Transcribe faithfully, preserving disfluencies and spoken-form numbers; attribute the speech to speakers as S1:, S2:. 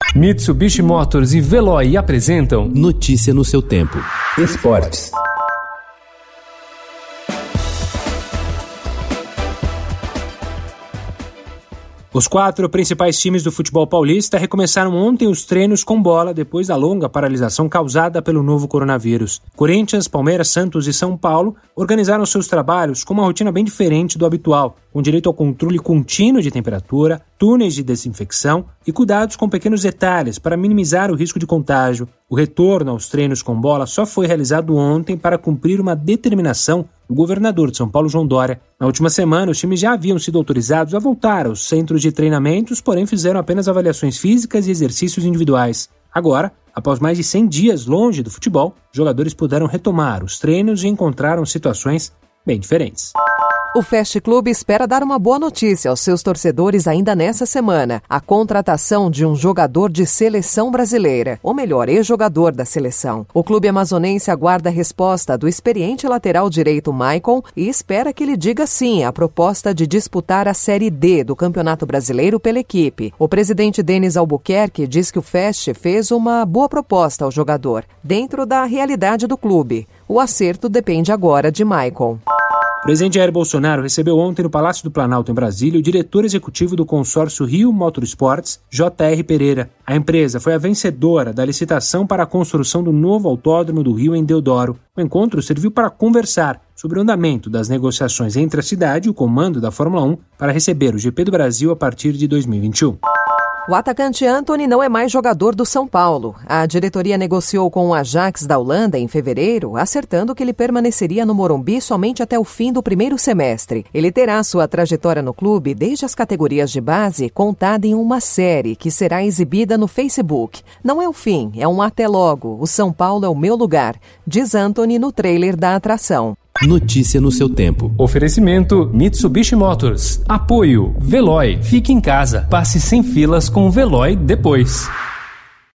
S1: Mitsubishi Motors e Veloy apresentam
S2: Notícia no seu tempo. Esportes.
S3: Os quatro principais times do futebol paulista recomeçaram ontem os treinos com bola depois da longa paralisação causada pelo novo coronavírus. Corinthians, Palmeiras, Santos e São Paulo organizaram seus trabalhos com uma rotina bem diferente do habitual, com direito ao controle contínuo de temperatura, túneis de desinfecção e cuidados com pequenos detalhes para minimizar o risco de contágio. O retorno aos treinos com bola só foi realizado ontem para cumprir uma determinação do governador de São Paulo, João Dória. Na última semana, os times já haviam sido autorizados a voltar aos centros de treinamentos, porém fizeram apenas avaliações físicas e exercícios individuais. Agora, após mais de cem dias longe do futebol, os jogadores puderam retomar os treinos e encontraram situações bem diferentes.
S4: O Fast Club espera dar uma boa notícia aos seus torcedores ainda nessa semana: a contratação de um jogador de seleção brasileira, ou melhor, ex-jogador da seleção. O clube amazonense aguarda a resposta do experiente lateral direito Maicon e espera que ele diga sim à proposta de disputar a Série D do Campeonato Brasileiro pela equipe. O presidente Denis Albuquerque diz que o Fast fez uma boa proposta ao jogador, dentro da realidade do clube. O acerto depende agora de Maicon.
S3: O presidente Jair Bolsonaro recebeu ontem no Palácio do Planalto, em Brasília, o diretor executivo do consórcio Rio Motorsports, J R Pereira. A empresa foi a vencedora da licitação para a construção do novo autódromo do Rio em Deodoro. O encontro serviu para conversar sobre o andamento das negociações entre a cidade e o comando da Fórmula um para receber o G P do Brasil a partir de dois mil e vinte e um.
S4: O atacante Antony não é mais jogador do São Paulo. A diretoria negociou com o Ajax da Holanda em fevereiro, acertando que ele permaneceria no Morumbi somente até o fim do primeiro semestre. Ele terá sua trajetória no clube desde as categorias de base contada em uma série que será exibida no Facebook. Não é o fim, é um até logo. O São Paulo é o meu lugar, diz Antony no trailer da atração.
S2: Notícia no seu tempo.
S1: Oferecimento Mitsubishi Motors. Apoio Veloy. Fique em casa. Passe sem filas com o Veloy depois.